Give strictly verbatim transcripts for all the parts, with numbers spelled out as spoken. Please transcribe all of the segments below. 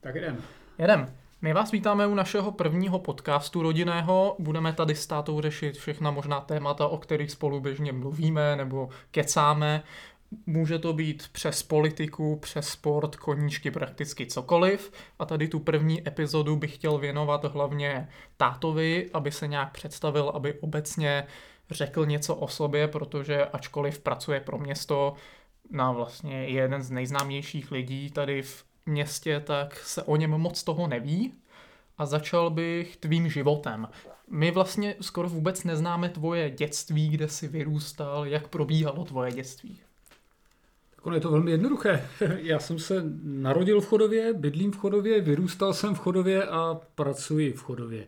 Tak jdem. Jedem. My vás vítáme u našeho prvního podcastu rodinného. Budeme tady s tátou řešit všechna možná témata, o kterých spolu běžně mluvíme nebo kecáme. Může to být přes politiku, přes sport, koníčky, prakticky cokoliv. A tady tu první epizodu bych chtěl věnovat hlavně tátovi, aby se nějak představil, aby obecně řekl něco o sobě, protože ačkoliv pracuje pro město, na vlastně je jeden z nejznámějších lidí tady v městě, tak se o něm moc toho neví. A začal bych tvým životem. My vlastně skoro vůbec neznáme tvoje dětství, kde jsi vyrůstal, jak probíhalo tvoje dětství. Tak ono je to velmi jednoduché. Já jsem se narodil v Chodově, bydlím v Chodově, vyrůstal jsem v Chodově a pracuji v Chodově.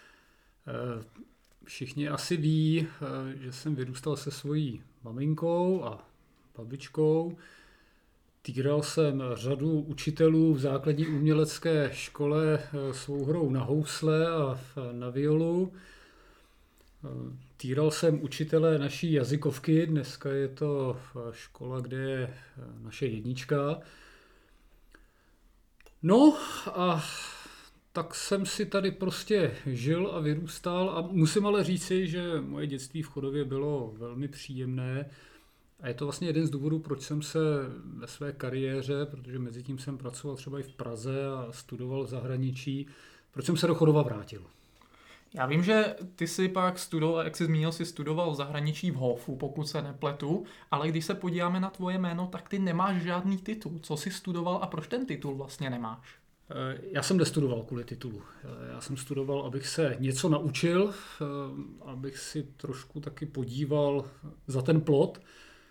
Všichni asi ví, že jsem vyrůstal se svojí maminkou a babičkou. Týral jsem řadu učitelů v základní umělecké škole svou hrou na housle a na violu. Týral jsem učitele naší jazykovky, dneska je to škola, kde je naše jednička. No a tak jsem si tady prostě žil a vyrůstal a musím ale říci, že moje dětství v Chodově bylo velmi příjemné. A je to vlastně jeden z důvodů, proč jsem se ve své kariéře, protože mezi tím jsem pracoval třeba i v Praze a studoval v zahraničí, proč jsem se do Chodova vrátil. Já vím, že ty jsi pak studoval, jak jsi zmínil, jsi studoval v zahraničí v Hofu, pokud se nepletu, ale když se podíváme na tvoje jméno, tak ty nemáš žádný titul. Co jsi studoval a proč ten titul vlastně nemáš? Já jsem nestudoval kvůli titulu. Já jsem studoval, abych se něco naučil, abych si trošku taky podíval za ten plot.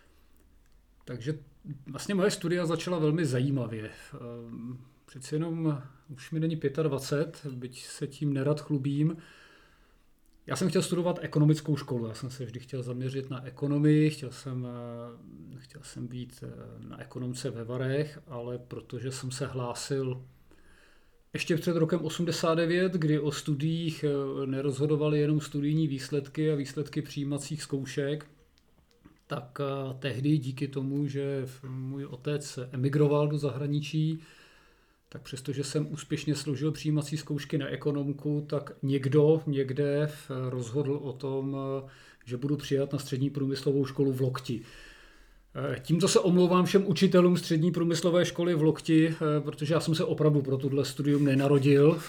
Takže vlastně moje studia začala velmi zajímavě. Přeci jenom už mi není dvacet pět, byť se tím nerad chlubím. Já jsem chtěl studovat ekonomickou školu, já jsem se vždy chtěl zaměřit na ekonomii, chtěl jsem, chtěl jsem být na ekonomce ve Varech, ale protože jsem se hlásil ještě před rokem osmdesát devět, kdy o studiích nerozhodovaly jenom studijní výsledky a výsledky přijímacích zkoušek, tak tehdy díky tomu, že můj otec emigroval do zahraničí, tak přestože jsem úspěšně složil přijímací zkoušky na ekonomku, tak někdo někde rozhodl o tom, že budu přijat na střední průmyslovou školu v Lokti. Tímto se omlouvám všem učitelům střední průmyslové školy v Lokti, protože já jsem se opravdu pro tohle studium nenarodil.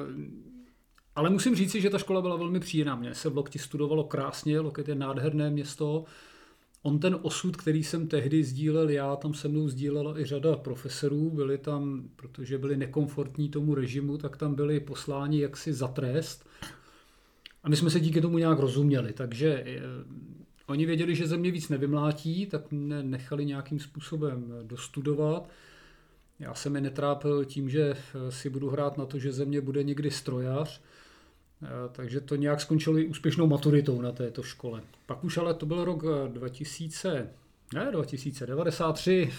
Ale musím říci, že ta škola byla velmi příjemná. Mně se v Lokti studovalo krásně, Loket je nádherné město. On ten osud, který jsem tehdy sdílel já, tam se mnou sdílela i řada profesorů, byli tam, protože byli nekomfortní tomu režimu, tak tam byli posláni jaksi za trest. A my jsme se díky tomu nějak rozuměli, takže eh, oni věděli, že ze mě víc nevymlátí, tak mě nechali nějakým způsobem dostudovat. Já jsem je netrápil tím, že si budu hrát na to, že ze mě bude někdy strojař. Takže to nějak skončilo i úspěšnou maturitou na této škole. Pak už ale to byl rok dva tisíce, ne, dva tisíce devadesát tři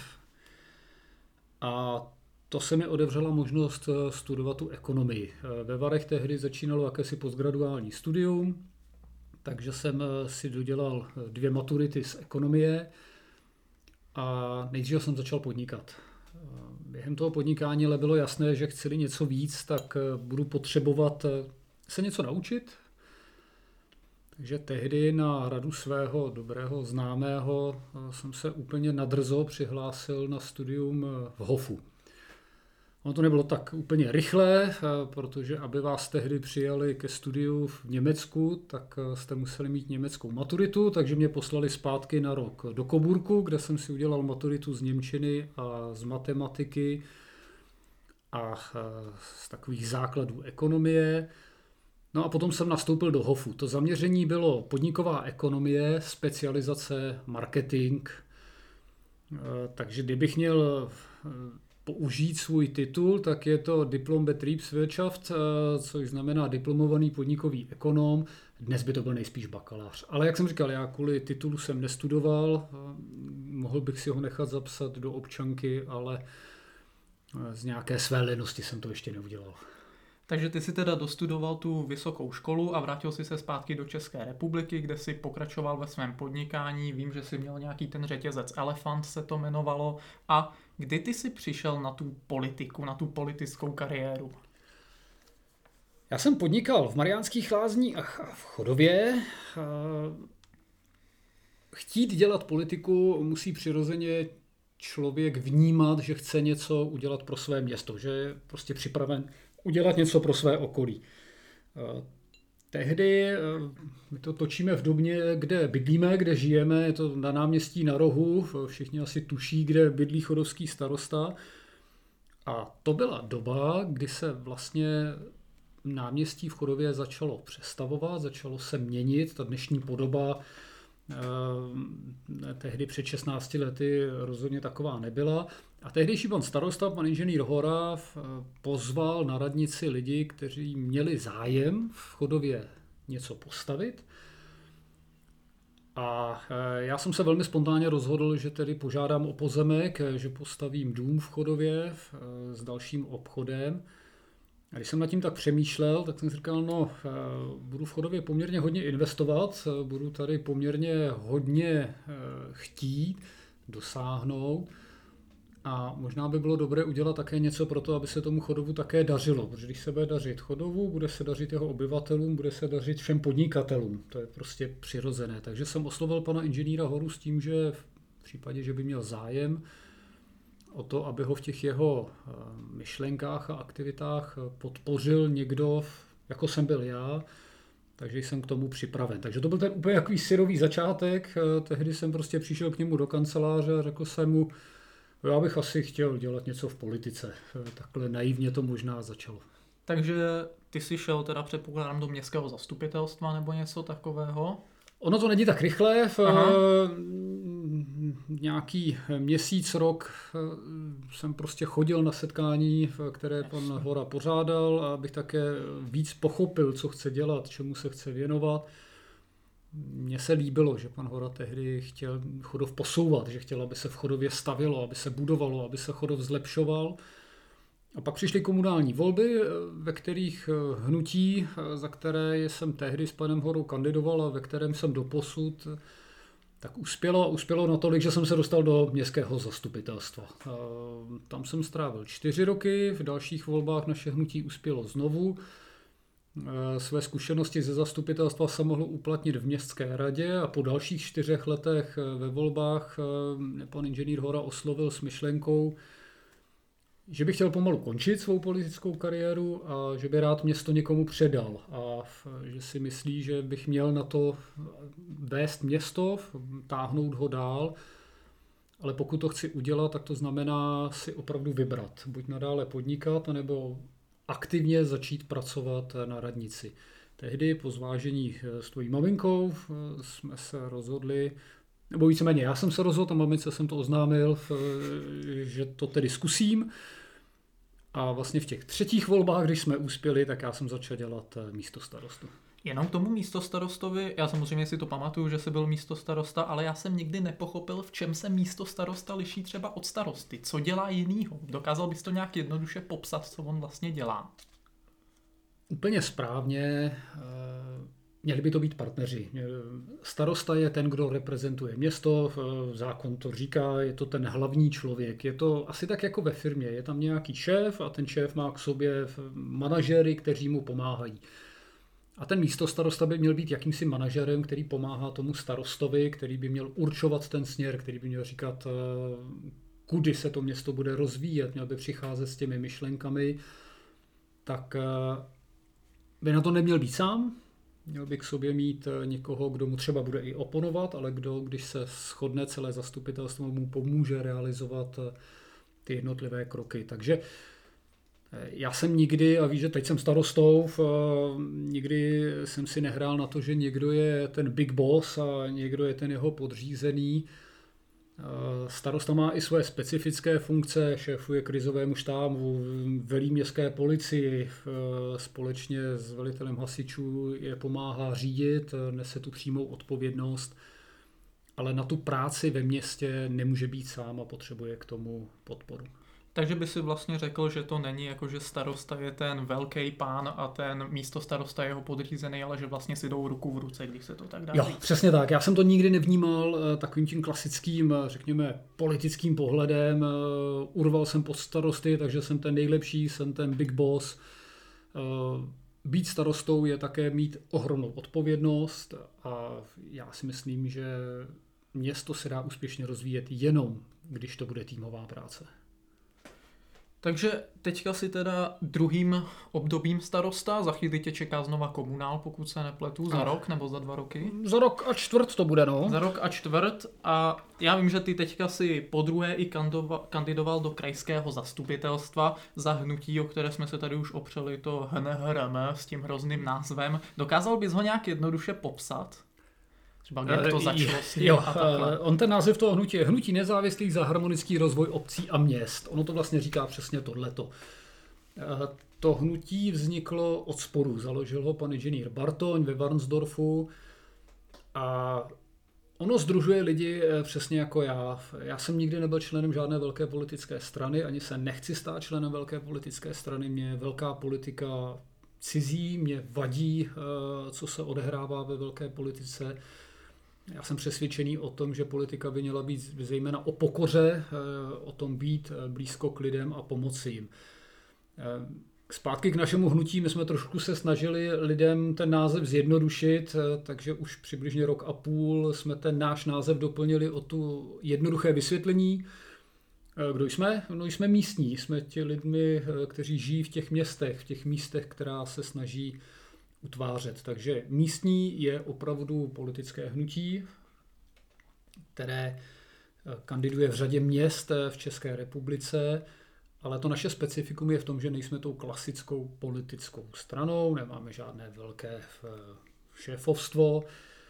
a to se mi otevřela možnost studovat tu ekonomii. Ve Varech tehdy začínalo jakési postgraduální studium, takže jsem si dodělal dvě maturity z ekonomie a nejdříve jsem začal podnikat. Během toho podnikání ale bylo jasné, že chci něco víc, tak budu potřebovat se něco naučit. Takže tehdy na radu svého dobrého známého jsem se úplně nadrzo přihlásil na studium v Hofu. Ono to nebylo tak úplně rychlé, protože aby vás tehdy přijali ke studiu v Německu, tak jste museli mít německou maturitu, takže mě poslali zpátky na rok do Coburgu, kde jsem si udělal maturitu z němčiny a z matematiky a z takových základů ekonomie. No a potom jsem nastoupil do Hofu. To zaměření bylo podniková ekonomie, specializace, marketing. Takže kdybych měl použít svůj titul, tak je to Diplom Betriebswirtschaft, což znamená diplomovaný podnikový ekonom. Dnes by to byl nejspíš bakalář. Ale jak jsem říkal, já kvůli titulu jsem nestudoval, mohl bych si ho nechat zapsat do občanky, ale z nějaké své lenosti jsem to ještě neudělal. Takže ty si teda dostudoval tu vysokou školu a vrátil si se zpátky do České republiky, kde si pokračoval ve svém podnikání. Vím, že si měl nějaký ten řetězec Elefant se to jmenovalo. A kdy ty si přišel na tu politiku, na tu politickou kariéru? Já jsem podnikal v Mariánských Lázních a v Chodově. Chtít dělat politiku musí přirozeně člověk vnímat, že chce něco udělat pro své město, že je prostě připraven udělat něco pro své okolí. Tehdy my to točíme v době, kde bydlíme, kde žijeme, je to na náměstí Na rohu, všichni asi tuší, kde bydlí chodovský starosta. A to byla doba, kdy se vlastně náměstí v Chodově začalo přestavovat, začalo se měnit, ta dnešní podoba eh, tehdy před šestnácti lety rozhodně taková nebyla. A tehdejší pan starosta, pan inženýr Hora, pozval na radnici lidi, kteří měli zájem v Chodově něco postavit. A já jsem se velmi spontánně rozhodl, že tedy požádám o pozemek, že postavím dům v Chodově s dalším obchodem. A když jsem nad tím tak přemýšlel, tak jsem si říkal, no, budu v Chodově poměrně hodně investovat, budu tady poměrně hodně chtít dosáhnout. A možná by bylo dobré udělat také něco pro to, aby se tomu Chodovu také dařilo. Protože když se bude dařit Chodovu, bude se dařit jeho obyvatelům, bude se dařit všem podnikatelům. To je prostě přirozené. Takže jsem oslovil pana inženýra Horu s tím, že v případě, že by měl zájem o to, aby ho v těch jeho myšlenkách a aktivitách podpořil někdo, jako jsem byl já, takže jsem k tomu připraven. Takže to byl ten úplně takový syrový začátek. Tehdy jsem prostě přišel k němu do kanceláře a řekl jsem mu, já bych asi chtěl dělat něco v politice. Takhle naivně to možná začalo. Takže ty jsi šel teda předpokládám do městského zastupitelstva nebo něco takového? Ono to není tak rychle. V Aha. nějaký měsíc, rok jsem prostě chodil na setkání, které pan Hora pořádal, abych také víc pochopil, co chce dělat, čemu se chce věnovat. Mně se líbilo, že pan Hora tehdy chtěl Chodov posouvat, že chtěl, aby se v Chodově stavělo, aby se budovalo, aby se Chodov zlepšoval. A pak přišly komunální volby, ve kterých hnutí, za které jsem tehdy s panem Horou kandidoval a ve kterém jsem doposud, tak uspělo a uspělo natolik, že jsem se dostal do městského zastupitelstva. Tam jsem strávil čtyři roky, v dalších volbách naše hnutí uspělo znovu. Své zkušenosti ze zastupitelstva jsem mohl uplatnit v městské radě a po dalších čtyřech letech ve volbách pan inženýr Hora oslovil s myšlenkou, že by chtěl pomalu končit svou politickou kariéru a že by rád město někomu předal a že si myslí, že bych měl na to vést město, táhnout ho dál, ale pokud to chci udělat, tak to znamená si opravdu vybrat, buď nadále podnikat, nebo aktivně začít pracovat na radnici. Tehdy po zvážení s tvojí maminkou jsme se rozhodli, nebo víceméně já jsem se rozhodl a mamince jsem to oznámil, že to tedy zkusím. A vlastně v těch třetích volbách, když jsme uspěli, tak já jsem začal dělat místostarostu. Jenom k tomu místostarostovi, já samozřejmě si to pamatuju, že jsi byl místostarosta, ale já jsem nikdy nepochopil, v čem se místostarosta liší třeba od starosty. Co dělá jinýho? Dokázal bys to nějak jednoduše popsat, co on vlastně dělá? Úplně správně. Měli by to být partneři. Starosta je ten, kdo reprezentuje město, zákon to říká, je to ten hlavní člověk. Je to asi tak jako ve firmě. Je tam nějaký šéf a ten šéf má k sobě manažery, kteří mu pomáhají. A ten místostarosta by měl být jakýmsi manažerem, který pomáhá tomu starostovi, který by měl určovat ten směr, který by měl říkat, kudy se to město bude rozvíjet, měl by přicházet s těmi myšlenkami. Tak by na to neměl být sám, měl by k sobě mít někoho, kdo mu třeba bude i oponovat, ale kdo, když se shodne celé zastupitelstvo, mu pomůže realizovat ty jednotlivé kroky. Takže já jsem nikdy, a víš, že teď jsem starostou, nikdy jsem si nehrál na to, že někdo je ten big boss a někdo je ten jeho podřízený. Starosta má i své specifické funkce, šéfuje krizovému štábu, velí městské policii, společně s velitelem hasičů je pomáhá řídit, nese tu přímou odpovědnost, ale na tu práci ve městě nemůže být sám a potřebuje k tomu podporu. Takže by si vlastně řekl, že to není jako, že starosta je ten velký pán a ten místo starosta je jeho podřízený, ale že vlastně si jdou ruku v ruce, když se to tak dá Jo, říct. přesně tak. Já jsem to nikdy nevnímal takovým tím klasickým, řekněme, politickým pohledem. Urval jsem pod starosty, takže jsem ten nejlepší, jsem ten big boss. Být starostou je také mít ohromnou odpovědnost a já si myslím, že město se dá úspěšně rozvíjet jenom, když to bude týmová práce. Takže teďka si teda druhým obdobím starosta, za chvíli tě čeká znova komunál, pokud se nepletu, za rok nebo za dva roky? Za rok a čtvrt to bude, no. Za rok a čtvrt a já vím, že ty teďka si podruhé i kandidoval do krajského zastupitelstva za hnutí, o které jsme se tady už opřeli, to H N H R M s tím hrozným názvem. Dokázal bys ho nějak jednoduše popsat? Třeba jak to začalo s ním jo, a takhle. On ten název toho hnutí je Hnutí nezávislých za harmonický rozvoj obcí a měst. Ono to vlastně říká přesně tohleto. To hnutí vzniklo od sporu. Založil ho pan inženýr Bartoň ve Varnsdorfu a ono sdružuje lidi přesně jako já. Já jsem nikdy nebyl členem žádné velké politické strany, ani se nechci stát členem velké politické strany. Mě velká politika cizí, mě vadí, co se odehrává ve velké politice. Já jsem přesvědčený o tom, že politika by měla být zejména o pokoře, o tom být blízko k lidem a pomoci jim. Zpátky k našemu hnutí, my jsme trošku se snažili lidem ten název zjednodušit, takže už přibližně rok a půl jsme ten náš název doplnili o tu jednoduché vysvětlení. Kdo jsme? No jsme místní, jsme ti lidmi, kteří žijí v těch městech, v těch místech, která se snaží utvářet. Takže místní je opravdu politické hnutí, které kandiduje v řadě měst v České republice, ale to naše specifikum je v tom, že nejsme tou klasickou politickou stranou, nemáme žádné velké šéfovstvo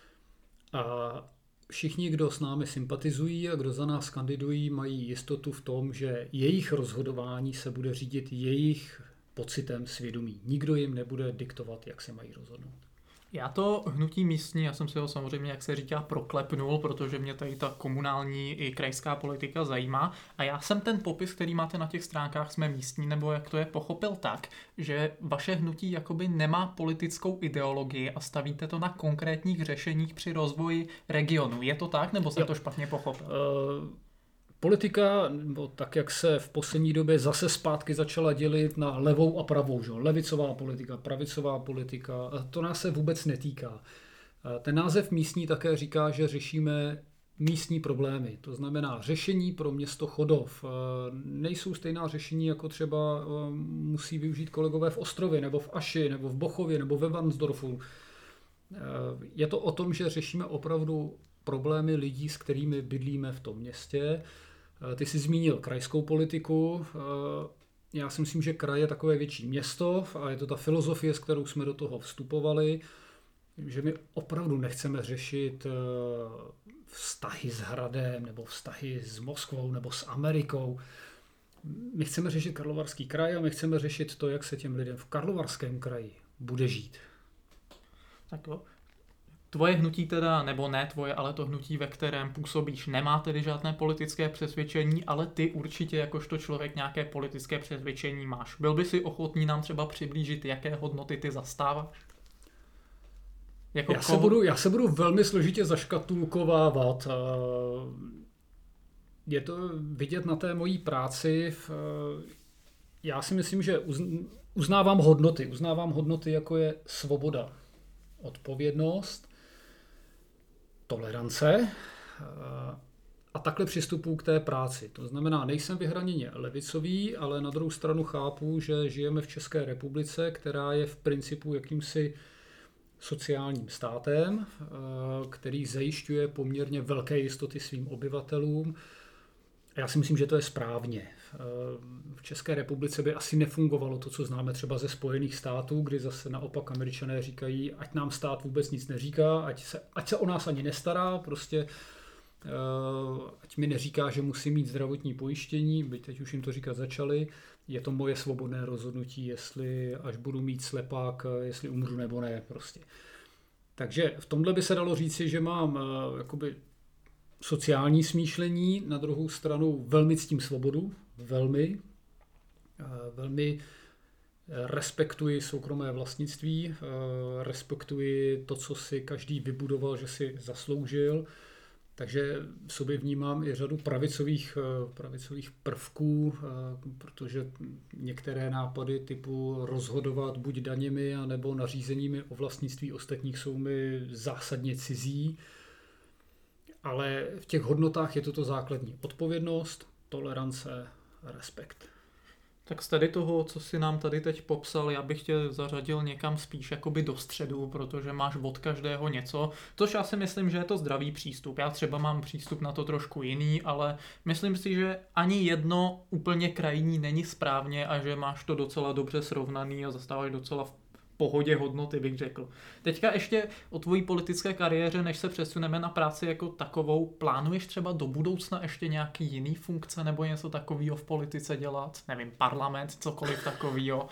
a všichni, kdo s námi sympatizují a kdo za nás kandidují, mají jistotu v tom, že jejich rozhodování se bude řídit jejich pocitem svědomí. Nikdo jim nebude diktovat, jak se mají rozhodnout. Já to hnutí místní, já jsem si ho samozřejmě, jak se říká, proklepnul, protože mě tady ta komunální i krajská politika zajímá. A já jsem ten popis, který máte na těch stránkách Jsme místní, nebo jak to je, pochopil tak, že vaše hnutí jakoby nemá politickou ideologii a stavíte to na konkrétních řešeních při rozvoji regionu. Je to tak, nebo jsem jo. to špatně pochopil? Uh... Politika, nebo tak jak se v poslední době zase zpátky začala dělit na levou a pravou, že? Levicová politika, pravicová politika, to nás se vůbec netýká. Ten název místní také říká, že řešíme místní problémy, to znamená řešení pro město Chodov. Nejsou stejná řešení, jako třeba musí využít kolegové v Ostrově, nebo v Aši, nebo v Bochově, nebo ve Varnsdorfu. Je to o tom, že řešíme opravdu problémy lidí, s kterými bydlíme v tom městě. Ty jsi zmínil krajskou politiku. Já si myslím, že kraj je takové větší město a je to ta filozofie, s kterou jsme do toho vstupovali, že my opravdu nechceme řešit vztahy s Hradem nebo vztahy s Moskvou nebo s Amerikou. My chceme řešit Karlovarský kraj a my chceme řešit to, jak se těm lidem v Karlovarském kraji bude žít. Tak jo. Tvoje hnutí teda, nebo ne tvoje, ale to hnutí, ve kterém působíš, nemá tedy žádné politické přesvědčení, ale ty určitě jakožto člověk nějaké politické přesvědčení máš. Byl by si ochotný nám třeba přiblížit, jaké hodnoty ty zastáváš? Jako já, se budu, já se budu velmi složitě zaškatulkovávat. Je to vidět na té mojí práci. Já si myslím, že uznávám hodnoty. Uznávám hodnoty, jako je svoboda, odpovědnost, tolerance a takhle přistupuji k té práci. To znamená, nejsem vyhraněně levicový, ale na druhou stranu chápu, že žijeme v České republice, která je v principu jakýmsi sociálním státem, který zajišťuje poměrně velké jistoty svým obyvatelům. Já si myslím, že to je správně. V České republice by asi nefungovalo to, co známe třeba ze Spojených států, kdy zase naopak Američané říkají, ať nám stát vůbec nic neříká, ať se, ať se o nás ani nestará, prostě ať mi neříká, že musím mít zdravotní pojištění, byť teď už jim to říkat začali, je to moje svobodné rozhodnutí, jestli až budu mít slepák, jestli umřu nebo ne, prostě. Takže v tomhle by se dalo říci, že mám jakoby sociální smýšlení, na druhou stranu velmi ctím svobodu, velmi. Velmi respektuji soukromé vlastnictví, respektuji to, co si každý vybudoval, že si zasloužil. Takže v sobě vnímám i řadu pravicových, pravicových prvků, protože některé nápady typu rozhodovat buď daněmi, nebo nařízeními o vlastnictví ostatních jsou mi zásadně cizí. Ale v těch hodnotách je toto základní. Odpovědnost, tolerance, respekt. Tak z tady toho, co si nám tady teď popsal, já bych tě zařadil někam spíš jakoby do středu, protože máš od každého něco, což já si myslím, že je to zdravý přístup. Já třeba mám přístup na to trošku jiný, ale myslím si, že ani jedno úplně krajní není správně a že máš to docela dobře srovnaný a zastáváš docela v pohodě hodnoty, bych řekl. Teďka ještě o tvojí politické kariéře, než se přesuneme na práci jako takovou, plánuješ třeba do budoucna ještě nějaký jiný funkce nebo něco takového v politice dělat? Nevím, parlament, cokoliv takového?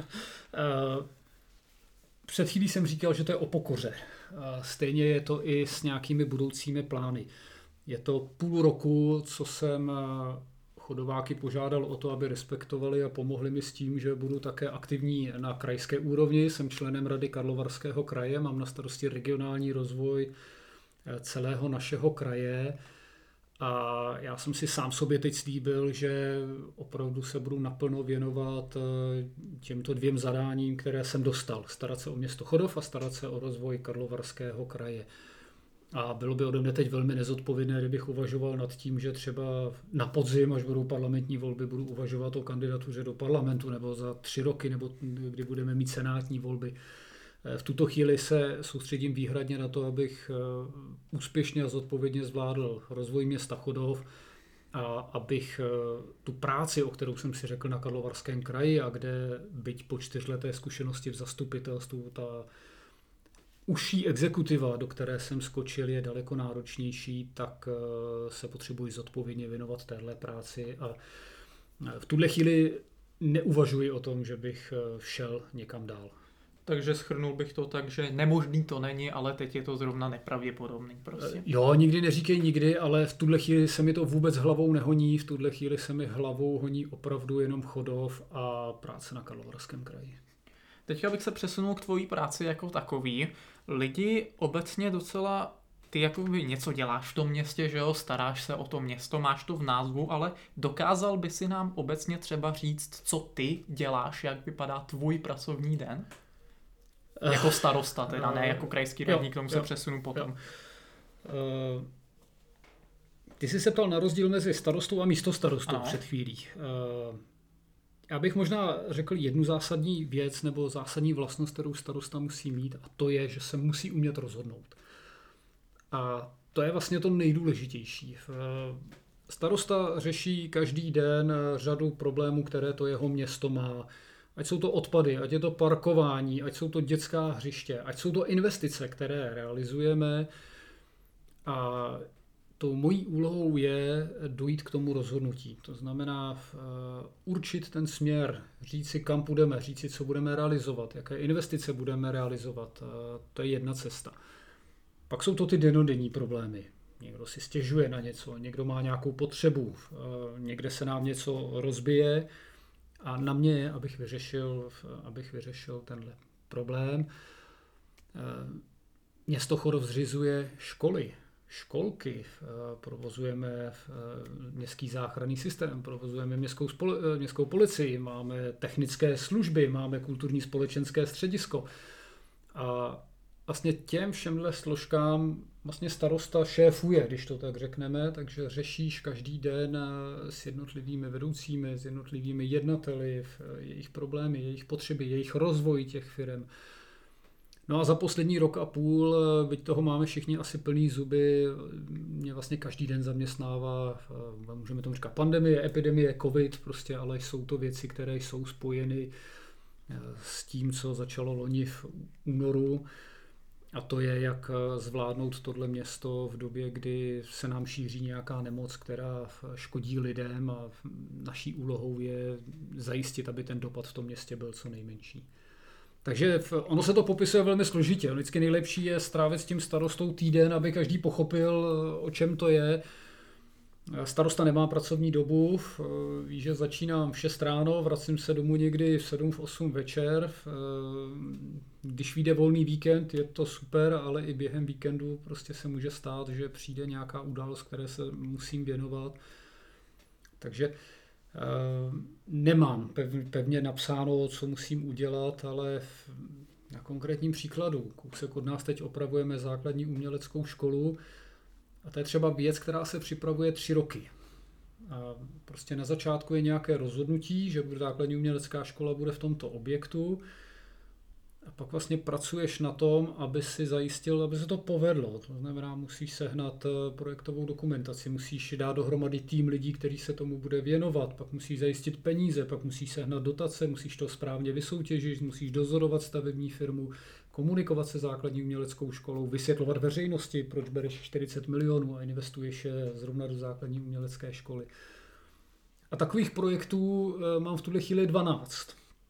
Před chvílí jsem říkal, že to je o pokoře. Stejně je to i s nějakými budoucími plány. Je to půl roku, co jsem chodováky požádal o to, aby respektovali a pomohli mi s tím, že budu také aktivní na krajské úrovni. Jsem členem Rady Karlovarského kraje, mám na starosti regionální rozvoj celého našeho kraje a já jsem si sám sobě teď slíbil, že opravdu se budu naplno věnovat těmto dvěm zadáním, které jsem dostal. Starat se o město Chodov a starat se o rozvoj Karlovarského kraje. A bylo by ode mě teď velmi nezodpovědné, kdybych uvažoval nad tím, že třeba na podzim, až budou parlamentní volby, budu uvažovat o kandidatuře do parlamentu, nebo za tři roky, nebo kdy budeme mít senátní volby. V tuto chvíli se soustředím výhradně na to, abych úspěšně a zodpovědně zvládl rozvoj města Chodov a abych tu práci, o kterou jsem si řekl na Karlovarském kraji a kde byť po čtyřleté zkušenosti v zastupitelstvu ta užší exekutiva, do které jsem skočil, je daleko náročnější, tak se potřebuji zodpovědně věnovat téhle práci a v tuhle chvíli neuvažuji o tom, že bych šel někam dál. Takže shrnul bych to tak, že nemožný to není, ale teď je to zrovna nepravděpodobný prostě. Jo, nikdy neříkej nikdy, ale v tuhle chvíli se mi to vůbec hlavou nehoní, v tuhle chvíli se mi hlavou honí opravdu jenom Chodov a práce na Karlovarském kraji. Teďka bych se přesunul k tvojí práci jako takový. Lidi obecně docela, ty jakoby něco děláš v tom městě, že jo, staráš se o to město, máš to v názvu, ale dokázal by si nám obecně třeba říct, co ty děláš, jak vypadá tvůj pracovní den? Jako starosta teda, ne jako krajský radní, k tomu se přesunu potom. Uh, ty jsi se ptal na rozdíl mezi starostou a místostarostou ano. Před chvílí. Uh, Já bych možná řekl jednu zásadní věc nebo zásadní vlastnost, kterou starosta musí mít, a to je, že se musí umět rozhodnout. A to je vlastně to nejdůležitější. Starosta řeší každý den řadu problémů, které to jeho město má. Ať jsou to odpady, ať je to parkování, ať jsou to dětská hřiště, ať jsou to investice, které realizujeme. A tou mojí úlohou je dojít k tomu rozhodnutí. To znamená uh, určit ten směr, říct si, kam půjdeme, říct si, co budeme realizovat, jaké investice budeme realizovat. Uh, to je jedna cesta. Pak jsou to ty dennodenní problémy. Někdo si stěžuje na něco, někdo má nějakou potřebu, uh, někde se nám něco rozbije a na mě je, abych vyřešil, abych vyřešil tenhle problém. Uh, město Chodov zřizuje školy, školky, provozujeme městský záchranný systém, provozujeme městskou, spole, městskou policii, máme technické služby, máme kulturní společenské středisko. A vlastně těm všemhle složkám vlastně starosta šéfuje, když to tak řekneme, takže řešíš každý den s jednotlivými vedoucími, s jednotlivými jednateli, jejich problémy, jejich potřeby, jejich rozvoj těch firem. No a za poslední rok a půl, byť toho máme všichni asi plný zuby, mě vlastně každý den zaměstnává, můžeme tomu říkat pandemie, epidemie, covid, prostě, ale jsou to věci, které jsou spojeny s tím, co začalo loni v únoru. A to je, jak zvládnout tohle město v době, kdy se nám šíří nějaká nemoc, která škodí lidem a naší úlohou je zajistit, aby ten dopad v tom městě byl co nejmenší. Takže ono se to popisuje velmi složitě. Vždycky nejlepší je strávit s tím starostou týden, aby každý pochopil, o čem to je. Starosta nemá pracovní dobu, ví, že začínám v šest ráno, vracím se domů někdy v sedm, v osm večer. Když vyjde volný víkend, je to super, ale i během víkendu prostě se může stát, že přijde nějaká událost, které se musím věnovat. Takže nemám pevně napsáno, co musím udělat, ale na konkrétním příkladu. Kousek od nás teď opravujeme základní uměleckou školu a to je třeba věc, která se připravuje tři roky. A prostě na začátku je nějaké rozhodnutí, že základní umělecká škola bude v tomto objektu a pak vlastně pracuješ na tom, aby si zajistil, aby se to povedlo. To znamená, musíš sehnat projektovou dokumentaci, musíš dát dohromady tým lidí, který se tomu bude věnovat, pak musíš zajistit peníze, pak musíš sehnat dotace, musíš to správně vysoutěžit, musíš dozorovat stavební firmu, komunikovat se základní uměleckou školou, vysvětlovat veřejnosti, proč bereš čtyřicet milionů a investuješ je zrovna do základní umělecké školy. A takových projektů mám v tuhle chvíli dvanáct.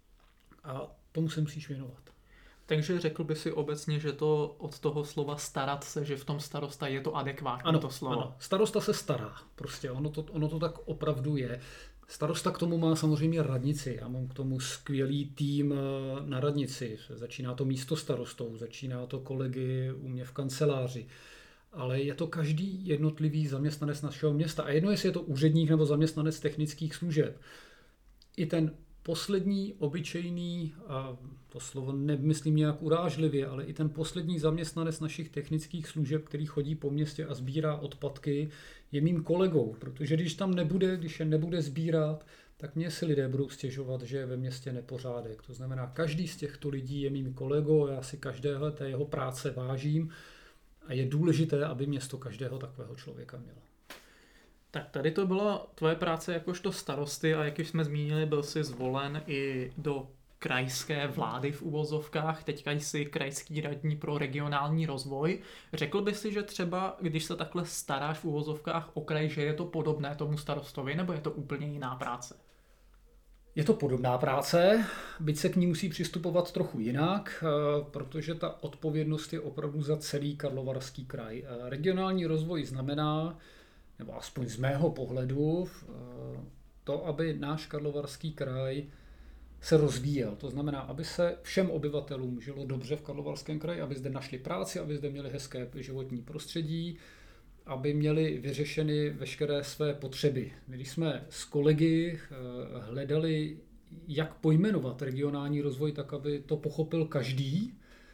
A tomu se musíš věnovat. Takže řekl by si obecně, že to od toho slova starat se, že v tom starosta je to adekvátní ano, to slovo. Ano, starosta se stará. Prostě ono to, ono to tak opravdu je. Starosta k tomu má samozřejmě radnici. Já mám k tomu skvělý tým na radnici. Začíná to místo starostou, začíná to kolegy u mě v kanceláři. Ale je to každý jednotlivý zaměstnanec našeho města. A jedno, jestli je to úředník nebo zaměstnanec technických služeb. I ten poslední obyčejný, a to slovo nemyslím nějak urážlivě, ale i ten poslední zaměstnanec našich technických služeb, který chodí po městě a sbírá odpadky, je mým kolegou, protože když tam nebude, když je nebude sbírat, tak mě si lidé budou stěžovat, že je ve městě nepořádek. To znamená, každý z těchto lidí je mým kolegou, já si každého té jeho práce vážím a je důležité, aby město každého takového člověka mělo. Tak tady to byla tvoje práce jakožto starosty a jak už jsme zmínili, byl jsi zvolen i do krajské vlády v uvozovkách, teďka jsi krajský radní pro regionální rozvoj. Řekl by si, že třeba, když se takhle staráš v uvozovkách o kraj, že je to podobné tomu starostovi, nebo je to úplně jiná práce? Je to podobná práce, byť se k ní musí přistupovat trochu jinak, protože ta odpovědnost je opravdu za celý Karlovarský kraj. Regionální rozvoj znamená, nebo aspoň z mého pohledu, to, aby náš Karlovarský kraj se rozvíjel. To znamená, aby se všem obyvatelům žilo dobře v Karlovarském kraji, aby zde našli práci, aby zde měli hezké životní prostředí, aby měli vyřešeny veškeré své potřeby. My když jsme s kolegy hledali, jak pojmenovat regionální rozvoj tak, aby to pochopil každý,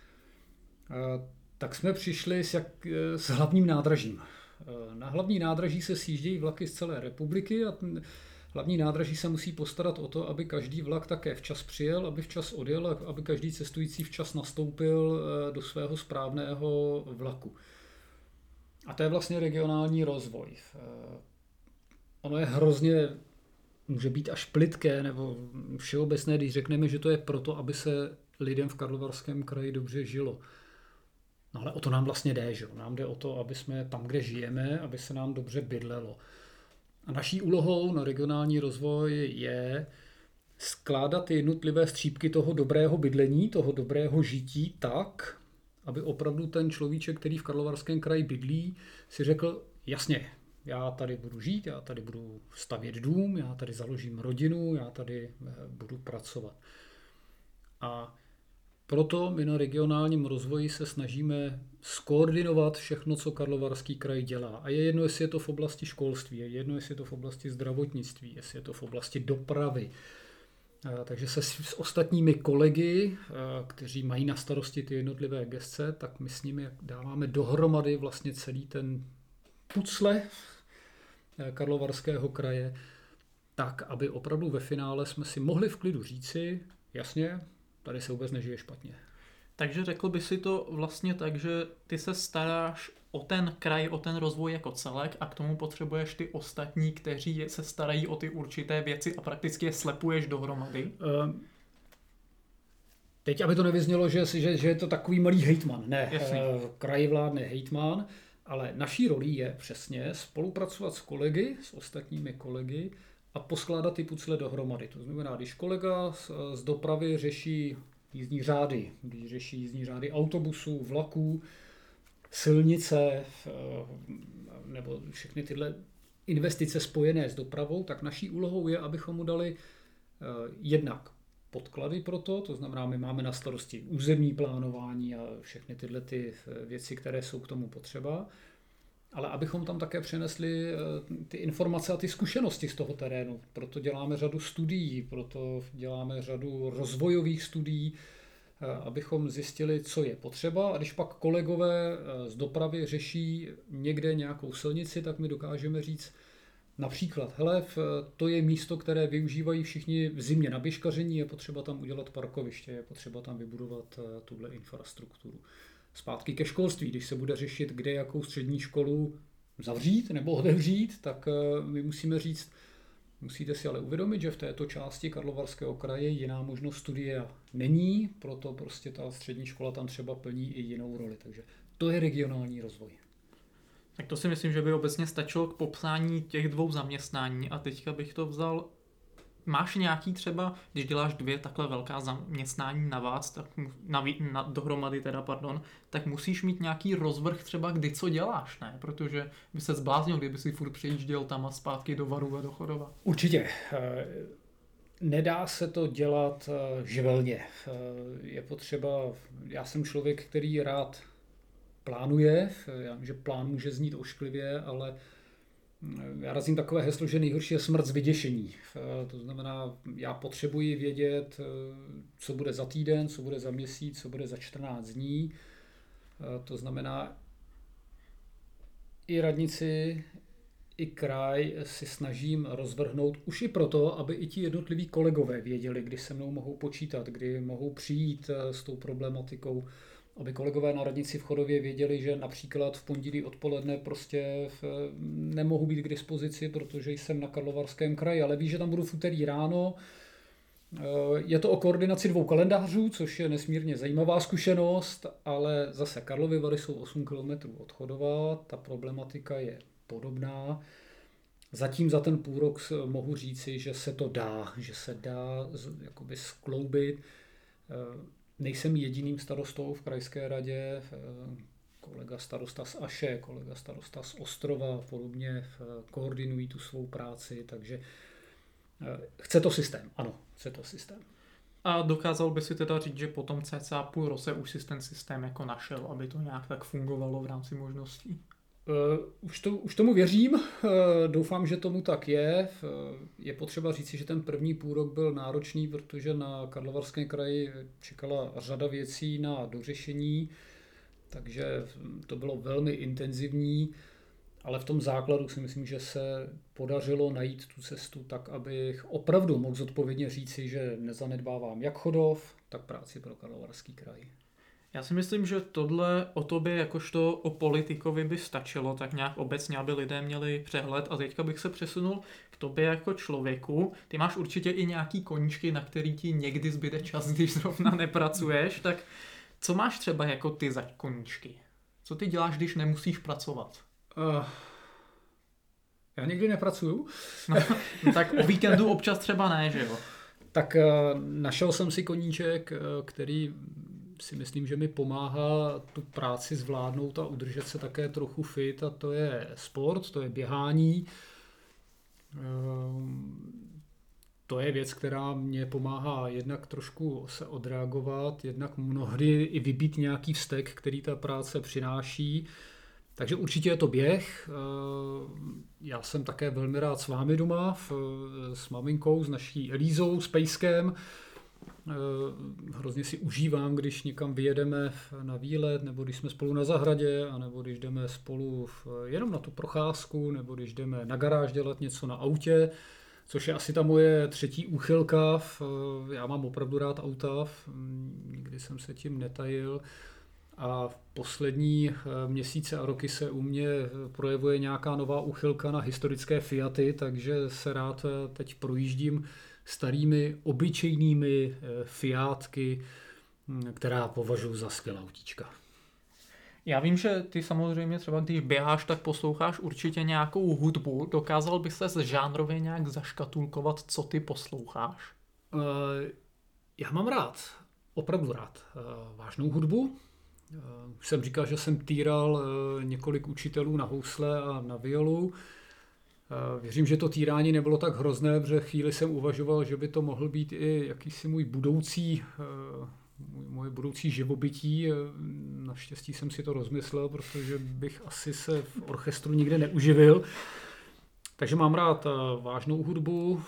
tak jsme přišli s, jak, s hlavním nádražím. Na hlavní nádraží se sjíždějí vlaky z celé republiky a hlavní nádraží se musí postarat o to, aby každý vlak také včas přijel, aby včas odjel a aby každý cestující včas nastoupil do svého správného vlaku. A to je vlastně regionální rozvoj. Ono je hrozně, může být až plitké nebo všeobecné, když řekneme, že to je proto, aby se lidem v Karlovarském kraji dobře žilo. No ale o to nám vlastně jde, že? Nám jde o to, aby jsme tam, kde žijeme, aby se nám dobře bydlelo. A naší úlohou na regionální rozvoj je skládat ty jednotlivé střípky toho dobrého bydlení, toho dobrého žití tak, aby opravdu ten človíček, který v Karlovarském kraji bydlí, si řekl, jasně, já tady budu žít, já tady budu stavět dům, já tady založím rodinu, já tady budu pracovat. A proto my na regionálním rozvoji se snažíme skoordinovat všechno, co Karlovarský kraj dělá. A je jedno, jestli je to v oblasti školství, je jedno, jestli je to v oblasti zdravotnictví, jestli je to v oblasti dopravy. Takže se s ostatními kolegy, kteří mají na starosti ty jednotlivé gesce, tak my s nimi dáváme dohromady vlastně celý ten pucle Karlovarského kraje, tak, aby opravdu ve finále jsme si mohli v klidu říci, jasně, tady se vůbec nežije špatně. Takže řekl by si to vlastně tak, že ty se staráš o ten kraj, o ten rozvoj jako celek a k tomu potřebuješ ty ostatní, kteří se starají o ty určité věci a prakticky je slepuješ dohromady? Teď, aby to nevyznělo, že, že, že je to takový malý hejtman. Ne, Jasně. Kraj vládne hejtman, ale naší rolí je přesně spolupracovat s kolegy, s ostatními kolegy a poskládat ty pucle dohromady. To znamená, když kolega z, z dopravy řeší jízdní řády, když řeší jízdní řády autobusů, vlaků, silnice nebo všechny tyhle investice spojené s dopravou, tak naší úlohou je, abychom mu dali jednak podklady pro to, to znamená, my máme na starosti územní plánování a všechny tyhle ty věci, které jsou k tomu potřeba, ale abychom tam také přinesli ty informace a ty zkušenosti z toho terénu. Proto děláme řadu studií, proto děláme řadu rozvojových studií, abychom zjistili, co je potřeba. A když pak kolegové z dopravy řeší někde nějakou silnici, tak my dokážeme říct například, hele, to je místo, které využívají všichni v zimě na běžkaření, je potřeba tam udělat parkoviště, je potřeba tam vybudovat tuhle infrastrukturu. Zpátky ke školství, když se bude řešit, kde jakou střední školu zavřít nebo otevřít, tak my musíme říct, musíte si ale uvědomit, že v této části Karlovarského kraje jiná možnost studia není, proto prostě ta střední škola tam třeba plní i jinou roli. Takže to je regionální rozvoj. Tak to si myslím, že by obecně stačilo k popsání těch dvou zaměstnání a teďka bych to vzal. Máš nějaký třeba, když děláš dvě takhle velká zaměstnání na vás, tak na, na, dohromady teda, pardon, tak musíš mít nějaký rozvrh třeba kdy co děláš, ne? Protože by se zbláznil, kdyby si furt přejížděl tam a zpátky do Varu a do Chodova. Určitě. Nedá se to dělat živelně. Je potřeba, já jsem člověk, který rád plánuje, já vím, že plán může znít ošklivě, ale já razím takové heslo, že nejhorší je smrt z vyděšení. To znamená, já potřebuji vědět, co bude za týden, co bude za měsíc, co bude za čtrnáct dní. To znamená, i radnici, i kraj si snažím rozvrhnout už i proto, aby i ti jednotliví kolegové věděli, kdy se mnou mohou počítat, kdy mohou přijít s tou problematikou, aby kolegové na radnici v Chodově věděli, že například v pondělí odpoledne prostě nemohu být k dispozici, protože jsem na Karlovarském kraji, ale ví, že tam budu v úterý ráno. Je to o koordinaci dvou kalendářů, což je nesmírně zajímavá zkušenost, ale zase Karlovy Vary jsou osm kilometrů od Chodova, ta problematika je podobná. Zatím za ten půl rok mohu říci, že se to dá, že se dá jakoby skloubit. Nejsem jediným starostou v krajské radě, kolega starosta z Aše, kolega starosta z Ostrova podobně koordinují tu svou práci, takže chce to systém, ano, chce to systém. A dokázal by si teda říct, že po tom cca půl roce už si ten systém jako našel, aby to nějak tak fungovalo v rámci možností? Uh, už, to, už tomu věřím, uh, doufám, že tomu tak je. Uh, je potřeba říci, že ten první půlrok byl náročný, protože na Karlovarském kraji čekala řada věcí na dořešení, takže to bylo velmi intenzivní, ale v tom základu si myslím, že se podařilo najít tu cestu tak, abych opravdu mohl zodpovědně říci, že nezanedbávám jak Chodov, tak práci pro Karlovarský kraj. Já si myslím, že tohle o tobě jakožto o politikovi by stačilo, tak nějak obecně, aby lidé měli přehled. A teďka bych se přesunul k tobě jako člověku. Ty máš určitě i nějaký koníčky, na který ti někdy zbyde čas, když zrovna nepracuješ. Tak co máš třeba jako ty za koníčky? Co ty děláš, když nemusíš pracovat? Uh, já nikdy nepracuju. No, no tak o víkendu občas třeba ne, že jo? Tak uh, našel jsem si koníček, uh, který si myslím, že mi pomáhá tu práci zvládnout a udržet se také trochu fit, a to je sport, to je běhání. To je věc, která mě pomáhá jednak trošku se odreagovat, jednak mnohdy i vybít nějaký vztek, který ta práce přináší. Takže určitě je to běh. Já jsem také velmi rád s vámi doma, s maminkou, s naší Elízou, s Pejskem. Hrozně si užívám, když někam vyjedeme na výlet, nebo když jsme spolu na zahradě, anebo když jdeme spolu jenom na tu procházku, nebo když jdeme na garáž dělat něco na autě, což je asi ta moje třetí úchylka. Já mám opravdu rád auta, nikdy jsem se tím netajil. A v poslední měsíce a roky se u mě projevuje nějaká nová úchylka na historické Fiaty, takže se rád teď projíždím starými obyčejnými Fiátky, která považuji za skvělá autíčka. Já vím, že ty samozřejmě třeba, když běháš, tak posloucháš určitě nějakou hudbu. Dokázal by se žánrově nějak zaškatulkovat, co ty posloucháš? Uh, já mám rád, opravdu rád uh, vážnou hudbu. Uh, už jsem říkal, že jsem týral uh, několik učitelů na housle a na violu. Věřím, že to týrání nebylo tak hrozné, protože chvíli jsem uvažoval, že by to mohl být i jakýsi můj budoucí, moje budoucí živobytí. Naštěstí jsem si to rozmyslel, protože bych asi se v orchestru nikde neuživil. Takže mám rád vážnou hudbu.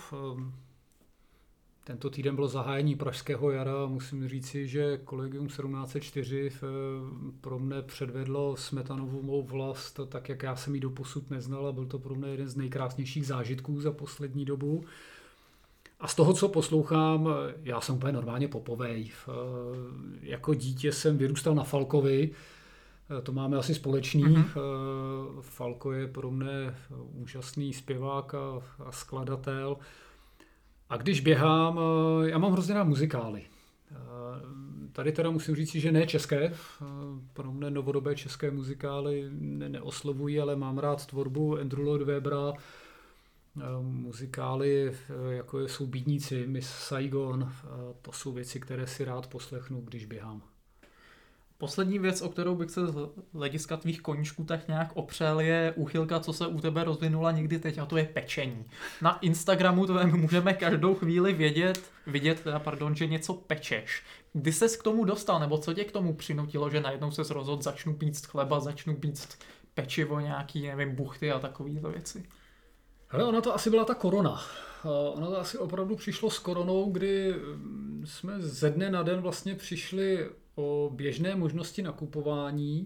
Tento týden bylo zahájení Pražského jara. Musím říci, že Collegium sedmnáct set čtyři pro mne předvedlo Smetanovu mou vlast, tak jak já jsem ji doposud neznal, a byl to pro mne jeden z nejkrásnějších zážitků za poslední dobu. A z toho, co poslouchám, já jsem úplně normálně popovej. Jako dítě jsem vyrůstal na Falkovi, to máme asi společný. Mm-hmm. Falko je pro mne úžasný zpěvák a, a skladatel. A když běhám, já mám hrozně rád muzikály. Tady teda musím říct, že ne české. Pro mne novodobé české muzikály ne- neoslovují, ale mám rád tvorbu Andrew Lloyd Webbera. Muzikály, jako jsou Bídníci, Miss Saigon, to jsou věci, které si rád poslechnu, když běhám. Poslední věc, o kterou bych se z hlediska tvých koníčků tak nějak opřel, je úchylka, co se u tebe rozvinula někdy teď, a to je pečení. Na Instagramu tvém můžeme každou chvíli vědět, vidět, teda, pardon, že něco pečeš. Kdy ses k tomu dostal, nebo co tě k tomu přinutilo, že najednou ses rozhodl, začnu píct chleba, začnu píct pečivo, nějaký, nevím, buchty a takovýhle věci? Hele, ona to asi byla ta korona. Ono to asi opravdu přišlo s koronou, kdy jsme ze dne na den vlastně přišli o běžné možnosti nakupování.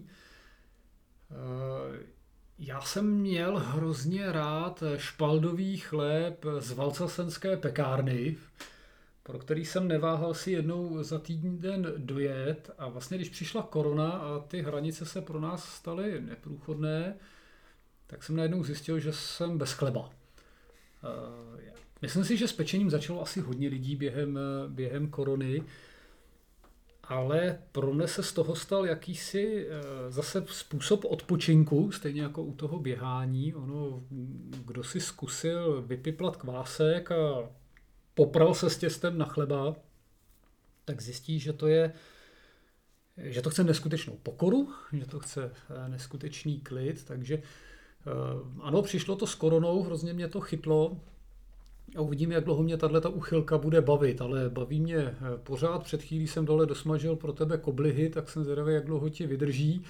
Já jsem měl hrozně rád špaldový chléb z valcasenské pekárny, pro který jsem neváhal si jednou za týden dojet. A vlastně, když přišla korona a ty hranice se pro nás staly neprůchodné, tak jsem najednou zjistil, že jsem bez chleba. Myslím si, že s pečením začalo asi hodně lidí během, během korony, ale pro mě se z toho stal jakýsi zase způsob odpočinku, stejně jako u toho běhání. Ono, kdo si zkusil vypiplat kvásek a popral se s těstem na chleba, tak zjistí, že to je, že to chce neskutečnou pokoru, že to chce neskutečný klid, takže ano, přišlo to s koronou, hrozně mě to chytlo a uvidíme, jak dlouho mě tato uchylka bude bavit, ale baví mě pořád. Před chvílí jsem dole dosmažil pro tebe koblihy, tak jsem zvědavý, jak dlouho ti vydrží.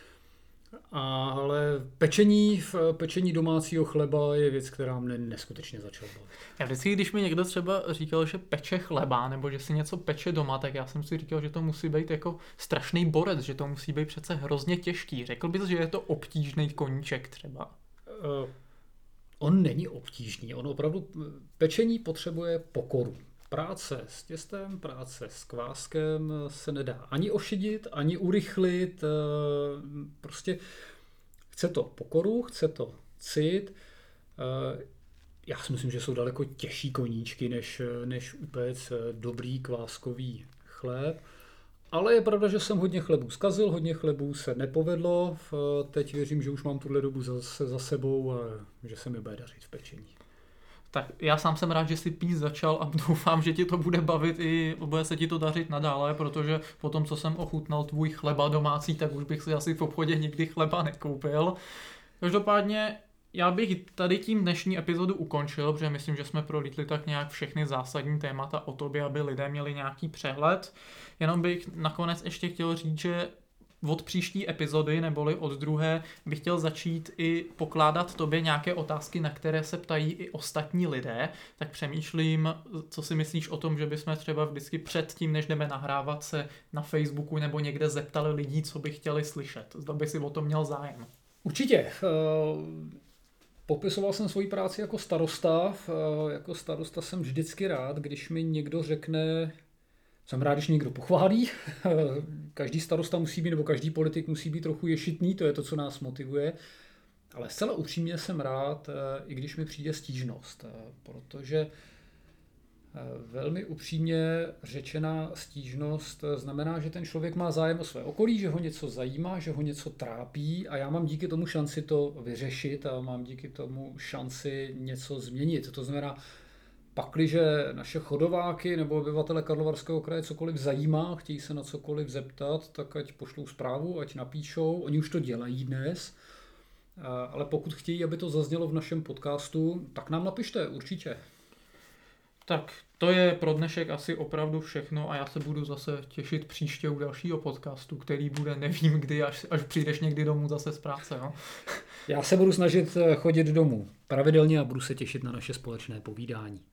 Ale pečení, pečení domácího chleba je věc, která mě neskutečně začala bavit. Já vždycky, když mi někdo třeba říkal, že peče chleba, nebo že si něco peče doma, tak já jsem si říkal, že to musí být jako strašný borec, že to musí být přece hrozně těžký. Řekl bys, že je to obtížný koníček třeba? Uh, on není obtížný, on opravdu, pečení potřebuje pokoru. Práce s těstem, práce s kváskem se nedá ani ošidit, ani urychlit, prostě chce to pokoru, chce to cit. Já si myslím, že jsou daleko těžší koníčky, než, než upéct dobrý kváskový chléb. Ale je pravda, že jsem hodně chlebů zkazil, hodně chlebů se nepovedlo. Teď věřím, že už mám tuhle dobu za, za sebou a že se mi bude dařit v pečení. Tak já sám jsem rád, že jsi pít začal a doufám, že ti to bude bavit i bude se ti to dařit nadále, protože po tom, co jsem ochutnal tvůj chleba domácí, tak už bych si asi v obchodě nikdy chleba nekoupil. Každopádně já bych tady tím dnešní epizodu ukončil, protože myslím, že jsme prolítli tak nějak všechny zásadní témata o tobě, aby lidé měli nějaký přehled. Jenom bych nakonec ještě chtěl říct, že od příští epizody, neboli od druhé, bych chtěl začít i pokládat tobě nějaké otázky, na které se ptají i ostatní lidé, tak přemýšlím, co si myslíš o tom, že bychom třeba vždycky před tím, než jdeme nahrávat, se na Facebooku nebo někde zeptali lidí, co by chtěli slyšet. Zda by si o tom měl zájem. Určitě. Popisoval jsem svoji práci jako starosta. Jako starosta jsem vždycky rád, když mi někdo řekne, jsem rád, když někdo pochválí. Každý starosta musí být, nebo každý politik musí být trochu ješitný, to je to, co nás motivuje. Ale zcela upřímně jsem rád, i když mi přijde stížnost, protože velmi upřímně řečená stížnost znamená, že ten člověk má zájem o své okolí, že ho něco zajímá, že ho něco trápí a já mám díky tomu šanci to vyřešit a mám díky tomu šanci něco změnit. To znamená, pakliže naše chodováky nebo obyvatele Karlovarského kraje cokoliv zajímá, chtějí se na cokoliv zeptat, tak ať pošlou zprávu, ať napíšou, oni už to dělají dnes. Ale pokud chtějí, aby to zaznělo v našem podcastu, tak nám napište, určitě. Tak to je pro dnešek asi opravdu všechno a já se budu zase těšit příště u dalšího podcastu, který bude nevím kdy, až, až přijdeš někdy domů zase z práce. No? Já se budu snažit chodit domů pravidelně a budu se těšit na naše společné povídání.